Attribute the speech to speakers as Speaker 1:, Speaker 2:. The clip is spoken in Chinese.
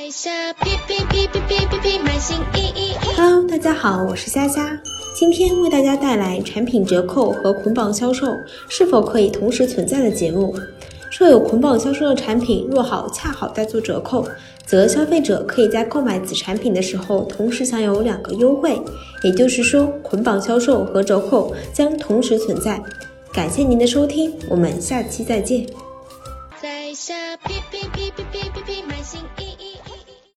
Speaker 1: Hello， 大家好，我是虾虾，今天为大家带来产品折扣和捆绑销售是否可以同时存在的节目。设有捆绑销售的产品若恰好在做折扣，则消费者可以在购买此产品的时候同时享有2个优惠，也就是说捆绑销售和折扣将同时存在。感谢您的收听，我们下期再见。在下